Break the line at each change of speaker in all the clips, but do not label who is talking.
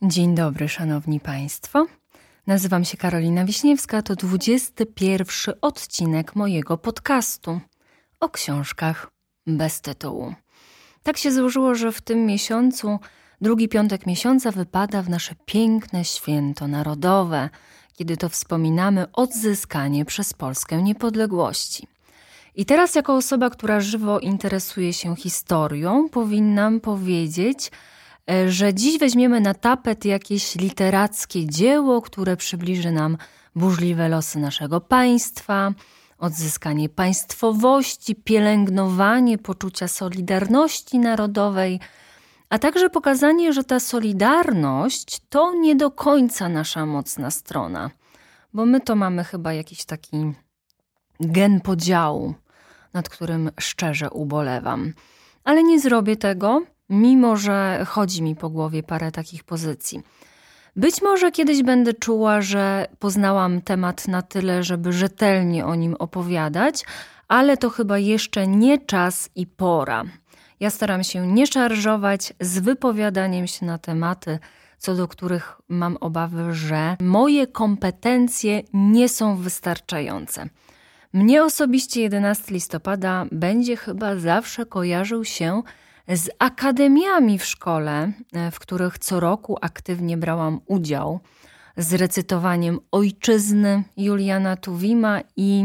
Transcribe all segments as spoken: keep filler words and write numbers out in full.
Dzień dobry, szanowni państwo. Nazywam się Karolina Wiśniewska, to dwudziesty pierwszy odcinek mojego podcastu o książkach bez tytułu. Tak się złożyło, że w tym miesiącu, drugi piątek miesiąca wypada w nasze piękne święto narodowe, kiedy to wspominamy odzyskanie przez Polskę niepodległości. I teraz jako osoba, która żywo interesuje się historią, powinnam powiedzieć, że dziś weźmiemy na tapet jakieś literackie dzieło, które przybliży nam burzliwe losy naszego państwa, odzyskanie państwowości, pielęgnowanie poczucia solidarności narodowej, a także pokazanie, że ta solidarność to nie do końca nasza mocna strona, bo my to mamy chyba jakiś taki gen podziału, nad którym szczerze ubolewam. Ale nie zrobię tego, mimo że chodzi mi po głowie parę takich pozycji. Być może kiedyś będę czuła, że poznałam temat na tyle, żeby rzetelnie o nim opowiadać, ale to chyba jeszcze nie czas i pora. Ja staram się nie szarżować z wypowiadaniem się na tematy, co do których mam obawy, że moje kompetencje nie są wystarczające. Mnie osobiście jedenastego listopada będzie chyba zawsze kojarzył się z akademiami w szkole, w których co roku aktywnie brałam udział, z recytowaniem Ojczyzny Juliana Tuwima i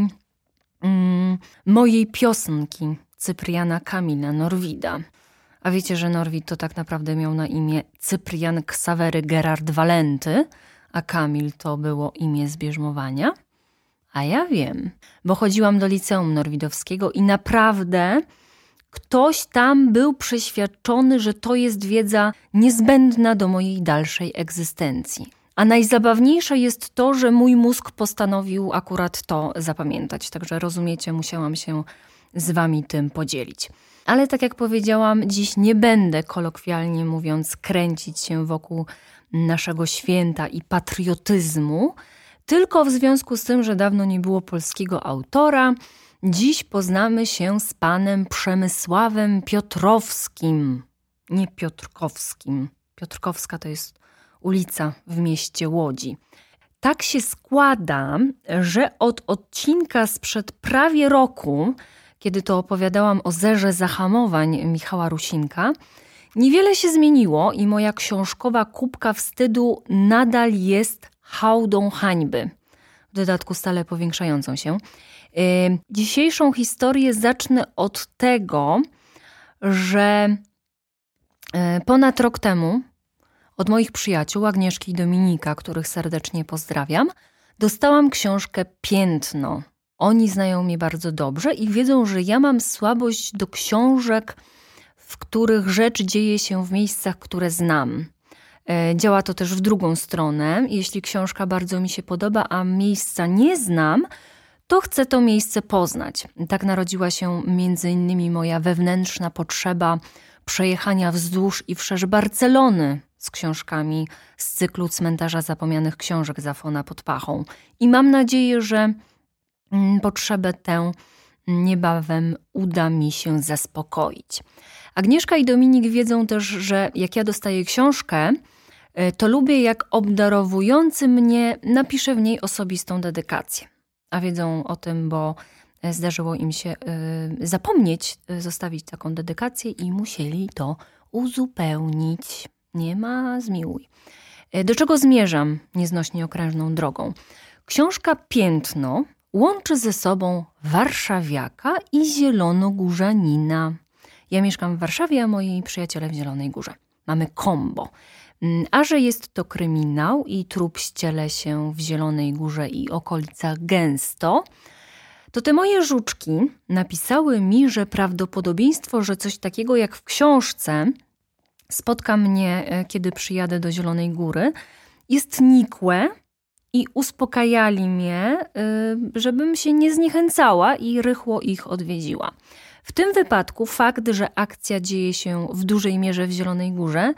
mm, mojej piosenki Cypriana Kamila Norwida. A wiecie, że Norwid to tak naprawdę miał na imię Cyprian Ksawery Gerard Walenty, a Kamil to było imię zbierzmowania? A ja wiem, bo chodziłam do liceum norwidowskiego i naprawdę ktoś tam był przeświadczony, że to jest wiedza niezbędna do mojej dalszej egzystencji. A najzabawniejsze jest to, że mój mózg postanowił akurat to zapamiętać. Także rozumiecie, musiałam się z wami tym podzielić. Ale tak jak powiedziałam, dziś nie będę, kolokwialnie mówiąc, kręcić się wokół naszego święta i patriotyzmu, tylko w związku z tym, że dawno nie było polskiego autora, dziś poznamy się z panem Przemysławem Piotrowskim, nie Piotrkowskim. Piotrkowska to jest ulica w mieście Łodzi. Tak się składa, że od odcinka sprzed prawie roku, kiedy to opowiadałam o zerze zahamowań Michała Rusinka, niewiele się zmieniło i moja książkowa kubka wstydu nadal jest hałdą hańby, w dodatku stale powiększającą się. Dzisiejszą historię zacznę od tego, że ponad rok temu od moich przyjaciół Agnieszki i Dominika, których serdecznie pozdrawiam, dostałam książkę Piętno. Oni znają mnie bardzo dobrze i wiedzą, że ja mam słabość do książek, w których rzecz dzieje się w miejscach, które znam. Działa to też w drugą stronę. Jeśli książka bardzo mi się podoba, a miejsca nie znam, to chcę to miejsce poznać. Tak narodziła się między innymi moja wewnętrzna potrzeba przejechania wzdłuż i wszerz Barcelony z książkami z cyklu Cmentarza Zapomnianych Książek Zafona pod Pachą. I mam nadzieję, że potrzebę tę niebawem uda mi się zaspokoić. Agnieszka i Dominik wiedzą też, że jak ja dostaję książkę, to lubię, jak obdarowujący mnie napisze w niej osobistą dedykację. A wiedzą o tym, bo zdarzyło im się y, zapomnieć zostawić taką dedykację i musieli to uzupełnić. Nie ma zmiłuj. Do czego zmierzam nieznośnie okrężną drogą? Książka Piętno łączy ze sobą warszawiaka i zielonogórzanina. Ja mieszkam w Warszawie, a moi przyjaciele w Zielonej Górze. Mamy kombo. A że jest to kryminał i trup ściele się w Zielonej Górze i okolicach gęsto, to te moje żuczki napisały mi, że prawdopodobieństwo, że coś takiego jak w książce spotka mnie, kiedy przyjadę do Zielonej Góry, jest nikłe i uspokajali mnie, żebym się nie zniechęcała i rychło ich odwiedziła. W tym wypadku fakt, że akcja dzieje się w dużej mierze w Zielonej Górze,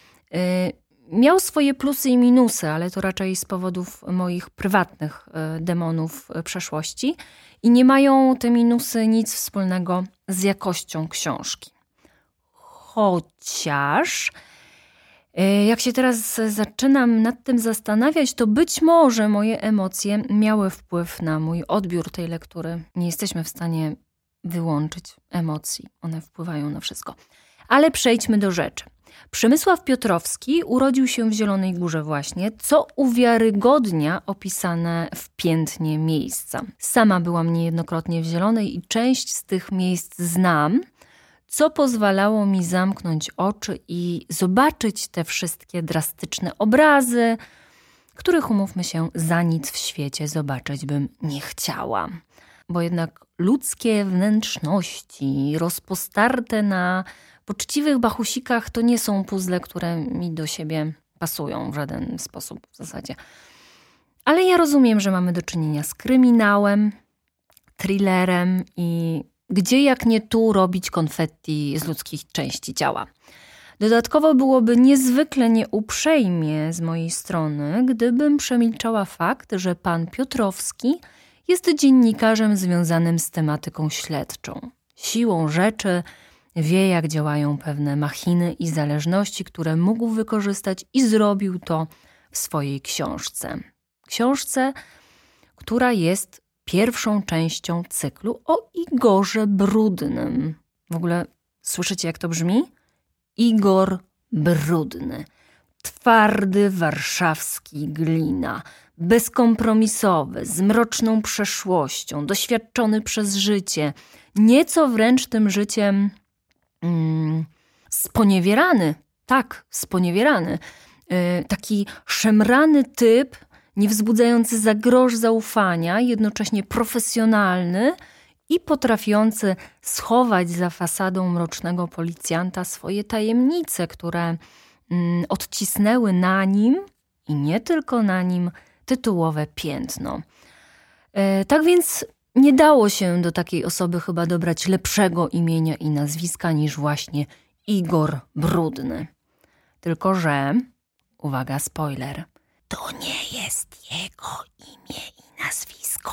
miał swoje plusy i minusy, ale to raczej z powodów moich prywatnych demonów przeszłości i nie mają te minusy nic wspólnego z jakością książki. Chociaż Jak się teraz zaczynam nad tym zastanawiać, to być może moje emocje miały wpływ na mój odbiór tej lektury. Nie jesteśmy w stanie wyłączyć emocji. One wpływają na wszystko. Ale przejdźmy do rzeczy. Przemysław Piotrowski urodził się w Zielonej Górze właśnie, co uwiarygodnia opisane w piętnie miejsca. Sama byłam niejednokrotnie w Zielonej i część z tych miejsc znam, co pozwalało mi zamknąć oczy i zobaczyć te wszystkie drastyczne obrazy, których, umówmy się, za nic w świecie zobaczyć bym nie chciała. Bo jednak ludzkie wnętrzności rozpostarte na poczciwych bachusikach to nie są puzzle, które mi do siebie pasują w żaden sposób w zasadzie. Ale ja rozumiem, że mamy do czynienia z kryminałem, thrillerem i gdzie jak nie tu robić konfetti z ludzkich części ciała. Dodatkowo byłoby niezwykle nieuprzejmie z mojej strony, gdybym przemilczała fakt, że pan Piotrowski jest dziennikarzem związanym z tematyką śledczą. Siłą rzeczy wie, jak działają pewne machiny i zależności, które mógł wykorzystać i zrobił to w swojej książce. Książce, która jest pierwszą częścią cyklu o Igorze Brudnym. W ogóle słyszycie, jak to brzmi? Igor Brudny. Twardy warszawski glina. Bezkompromisowy, z mroczną przeszłością, doświadczony przez życie. Nieco wręcz tym życiem mm, sponiewierany. Tak, sponiewierany. Yy, taki szemrany typ, nie wzbudzający za grosz zaufania, jednocześnie profesjonalny i potrafiący schować za fasadą mrocznego policjanta swoje tajemnice, które mm, odcisnęły na nim i nie tylko na nim tytułowe piętno. E, tak więc nie dało się do takiej osoby chyba dobrać lepszego imienia i nazwiska niż właśnie Igor Brudny. Tylko że, uwaga, spoiler, to nie jest jego imię i nazwisko.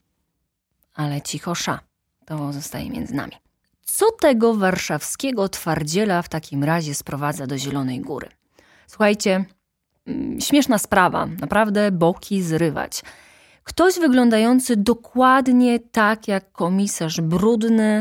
Ale cichosza, to zostaje między nami. Co tego warszawskiego twardziela w takim razie sprowadza do Zielonej Góry? Słuchajcie, śmieszna sprawa, naprawdę boki zrywać. Ktoś wyglądający dokładnie tak jak komisarz Brudny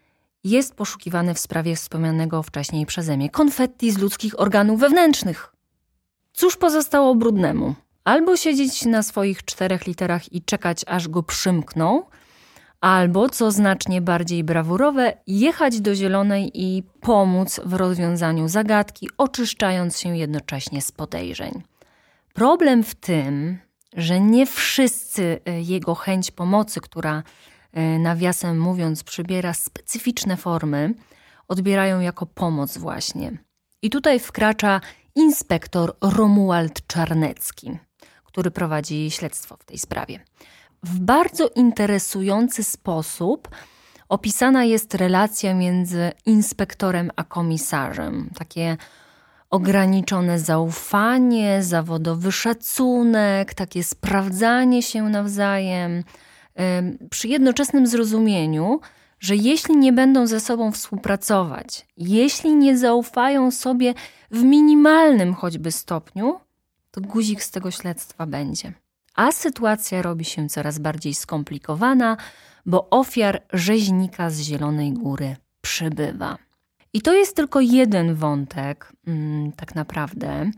jest poszukiwany w sprawie wspomnianego wcześniej przeze mnie konfetti z ludzkich organów wewnętrznych. Cóż pozostało Brudnemu? Albo siedzieć na swoich czterech literach i czekać, aż go przymkną, albo, co znacznie bardziej brawurowe, jechać do Zielonej i pomóc w rozwiązaniu zagadki, oczyszczając się jednocześnie z podejrzeń. Problem w tym, że nie wszyscy jego chęć pomocy, która nawiasem mówiąc przybiera specyficzne formy, odbierają jako pomoc właśnie. I tutaj wkracza inspektor Romuald Czarnecki, który prowadzi śledztwo w tej sprawie. W bardzo interesujący sposób opisana jest relacja między inspektorem a komisarzem. Takie ograniczone zaufanie, zawodowy szacunek, takie sprawdzanie się nawzajem, yy, przy jednoczesnym zrozumieniu, że jeśli nie będą ze sobą współpracować, jeśli nie zaufają sobie w minimalnym choćby stopniu, to guzik z tego śledztwa będzie. A sytuacja robi się coraz bardziej skomplikowana, bo ofiar rzeźnika z Zielonej Góry przybywa. I to jest tylko jeden wątek, mm, tak naprawdę,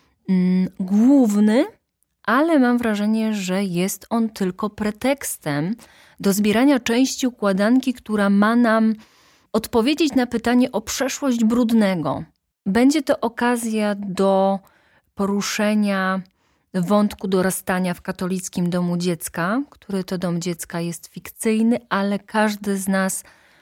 mm, główny, ale mam wrażenie, że jest on tylko pretekstem do zbierania części układanki, która ma nam odpowiedzieć na pytanie o przeszłość Brudnego. Będzie to okazja do poruszenia wątku dorastania w katolickim domu dziecka, który to dom dziecka jest fikcyjny, ale każdy z nas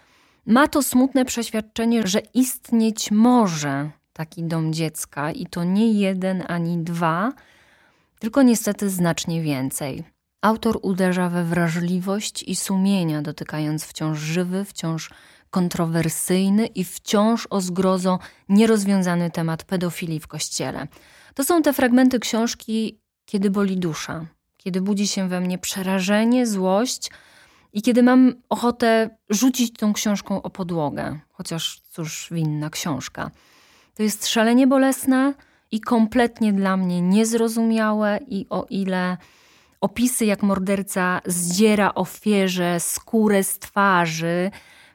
ma to smutne przeświadczenie, że istnieć może taki dom dziecka i to nie jeden ani dwa, tylko niestety znacznie więcej. Autor uderza we wrażliwość i sumienia, dotykając wciąż żywy, wciąż kontrowersyjny i wciąż o zgrozo nierozwiązany temat pedofilii w Kościele. To są te fragmenty książki, kiedy boli dusza, kiedy budzi się we mnie przerażenie, złość i kiedy mam ochotę rzucić tą książką o podłogę, chociaż cóż winna książka. To jest szalenie bolesne i kompletnie dla mnie niezrozumiałe i o ile opisy, jak morderca zdziera ofierze skórę z twarzy,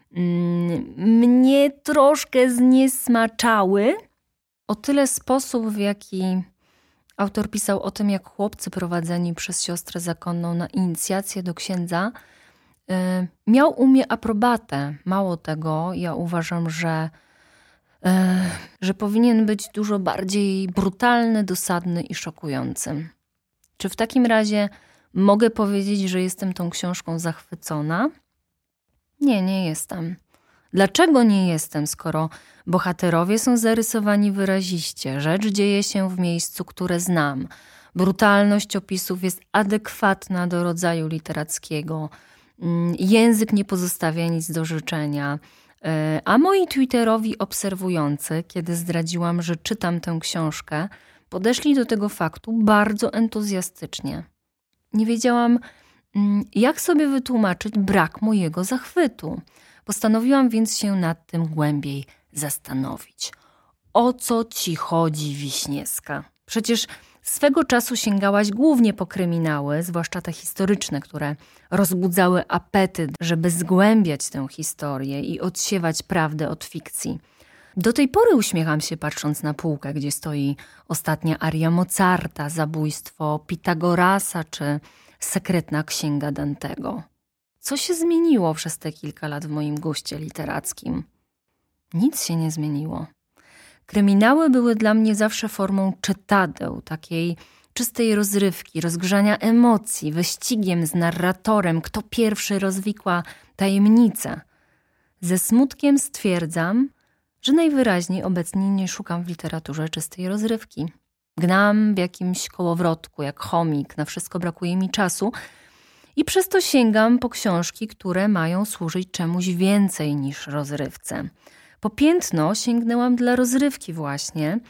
mnie troszkę zniesmaczały, o tyle sposób, w jaki autor pisał o tym, jak chłopcy prowadzeni przez siostrę zakonną na inicjację do księdza miał u mnie aprobatę. Mało tego, ja uważam, że, że powinien być dużo bardziej brutalny, dosadny i szokujący. Czy w takim razie mogę powiedzieć, że jestem tą książką zachwycona? Nie, nie jestem. Dlaczego nie jestem, skoro bohaterowie są zarysowani wyraziście, rzecz dzieje się w miejscu, które znam, brutalność opisów jest adekwatna do rodzaju literackiego, język nie pozostawia nic do życzenia, a moi twitterowi obserwujący, kiedy zdradziłam, że czytam tę książkę, podeszli do tego faktu bardzo entuzjastycznie. Nie wiedziałam, jak sobie wytłumaczyć brak mojego zachwytu. Postanowiłam więc się nad tym głębiej zastanowić. O co ci chodzi, Wiśniewska? Przecież swego czasu sięgałaś głównie po kryminały, zwłaszcza te historyczne, które rozbudzały apetyt, żeby zgłębiać tę historię i odsiewać prawdę od fikcji. Do tej pory uśmiecham się, patrząc na półkę, gdzie stoi ostatnia aria Mozarta, zabójstwo Pitagorasa czy sekretna księga Dantego. Co się zmieniło przez te kilka lat w moim guście literackim? Nic się nie zmieniło. Kryminały były dla mnie zawsze formą czytadeł, takiej czystej rozrywki, rozgrzania emocji, wyścigiem z narratorem, kto pierwszy rozwikła tajemnicę. Ze smutkiem stwierdzam, że najwyraźniej obecnie nie szukam w literaturze czystej rozrywki. Gnam w jakimś kołowrotku, jak chomik, na wszystko brakuje mi czasu i przez to sięgam po książki, które mają służyć czemuś więcej niż rozrywce. Po piętno sięgnęłam dla rozrywki właśnie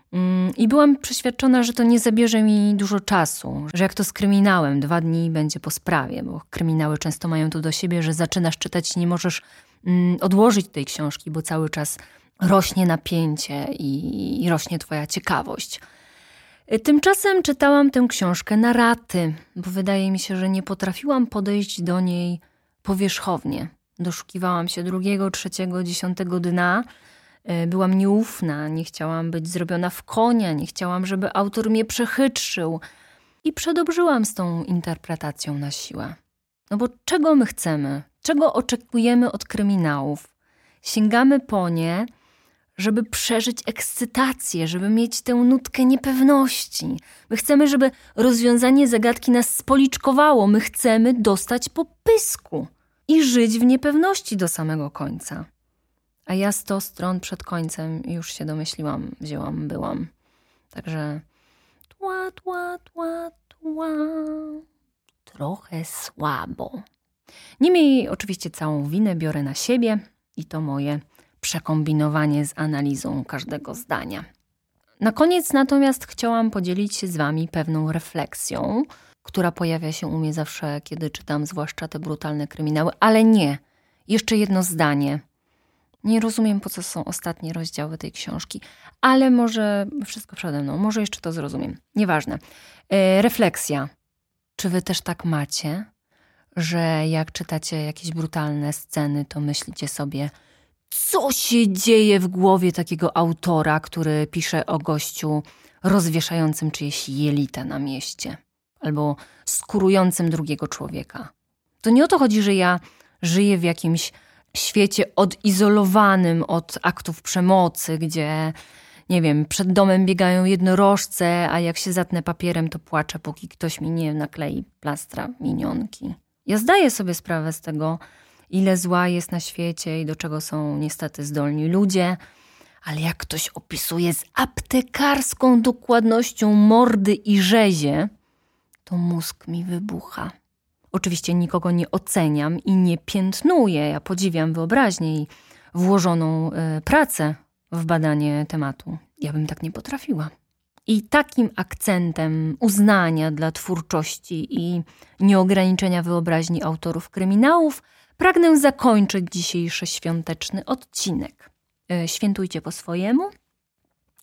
i byłam przeświadczona, że to nie zabierze mi dużo czasu, że jak to z kryminałem, dwa dni będzie po sprawie, bo kryminały często mają to do siebie, że zaczynasz czytać i nie możesz odłożyć tej książki, bo cały czas rośnie napięcie i, i rośnie twoja ciekawość. Tymczasem czytałam tę książkę na raty, bo wydaje mi się, że nie potrafiłam podejść do niej powierzchownie. Doszukiwałam się drugiego, trzeciego, dziesiątego dna. Byłam nieufna, nie chciałam być zrobiona w konia, nie chciałam, żeby autor mnie przechytrzył. I przedobrzyłam z tą interpretacją na siłę. No bo czego my chcemy? Czego oczekujemy od kryminałów? Sięgamy po nie, żeby przeżyć ekscytację, żeby mieć tę nutkę niepewności. My chcemy, żeby rozwiązanie zagadki nas spoliczkowało. My chcemy dostać po pysku i żyć w niepewności do samego końca. A ja sto stron przed końcem już się domyśliłam, wzięłam, byłam. Także tła, tła, tła, tła. Trochę słabo. Niemniej oczywiście całą winę biorę na siebie i to moje przekombinowanie z analizą każdego zdania. Na koniec natomiast chciałam podzielić się z wami pewną refleksją, która pojawia się u mnie zawsze, kiedy czytam zwłaszcza te brutalne kryminały, ale nie. Jeszcze jedno zdanie. Nie rozumiem, po co są ostatnie rozdziały tej książki, ale może wszystko przede mną, może jeszcze to zrozumiem. Nieważne. E, refleksja. Czy wy też tak macie, że jak czytacie jakieś brutalne sceny, to myślicie sobie, co się dzieje w głowie takiego autora, który pisze o gościu rozwieszającym czyjeś jelita na mieście albo skurującym drugiego człowieka? To nie o to chodzi, że ja żyję w jakimś świecie odizolowanym od aktów przemocy, gdzie, nie wiem, przed domem biegają jednorożce, a jak się zatnę papierem, to płaczę, póki ktoś mi nie naklei plastra minionki. Ja zdaję sobie sprawę z tego, ile zła jest na świecie i do czego są niestety zdolni ludzie, ale jak ktoś opisuje z aptekarską dokładnością mordy i rzezie, to mózg mi wybucha. Oczywiście nikogo nie oceniam i nie piętnuję. Ja podziwiam wyobraźnię i włożoną y, pracę w badanie tematu. Ja bym tak nie potrafiła. I takim akcentem uznania dla twórczości i nieograniczenia wyobraźni autorów kryminałów pragnę zakończyć dzisiejszy świąteczny odcinek. Y, świętujcie po swojemu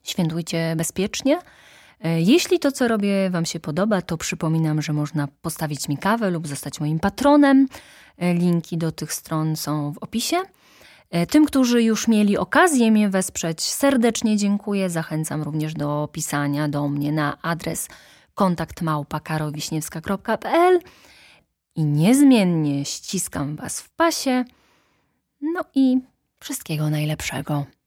Świętujcie bezpiecznie. Jeśli to, co robię, Wam się podoba, to przypominam, że można postawić mi kawę lub zostać moim patronem. Linki do tych stron są w opisie. Tym, którzy już mieli okazję mnie wesprzeć, serdecznie dziękuję. Zachęcam również do pisania do mnie na adres kontakt małpa karowiśniewska kropka p l i niezmiennie ściskam Was w pasie. No i wszystkiego najlepszego.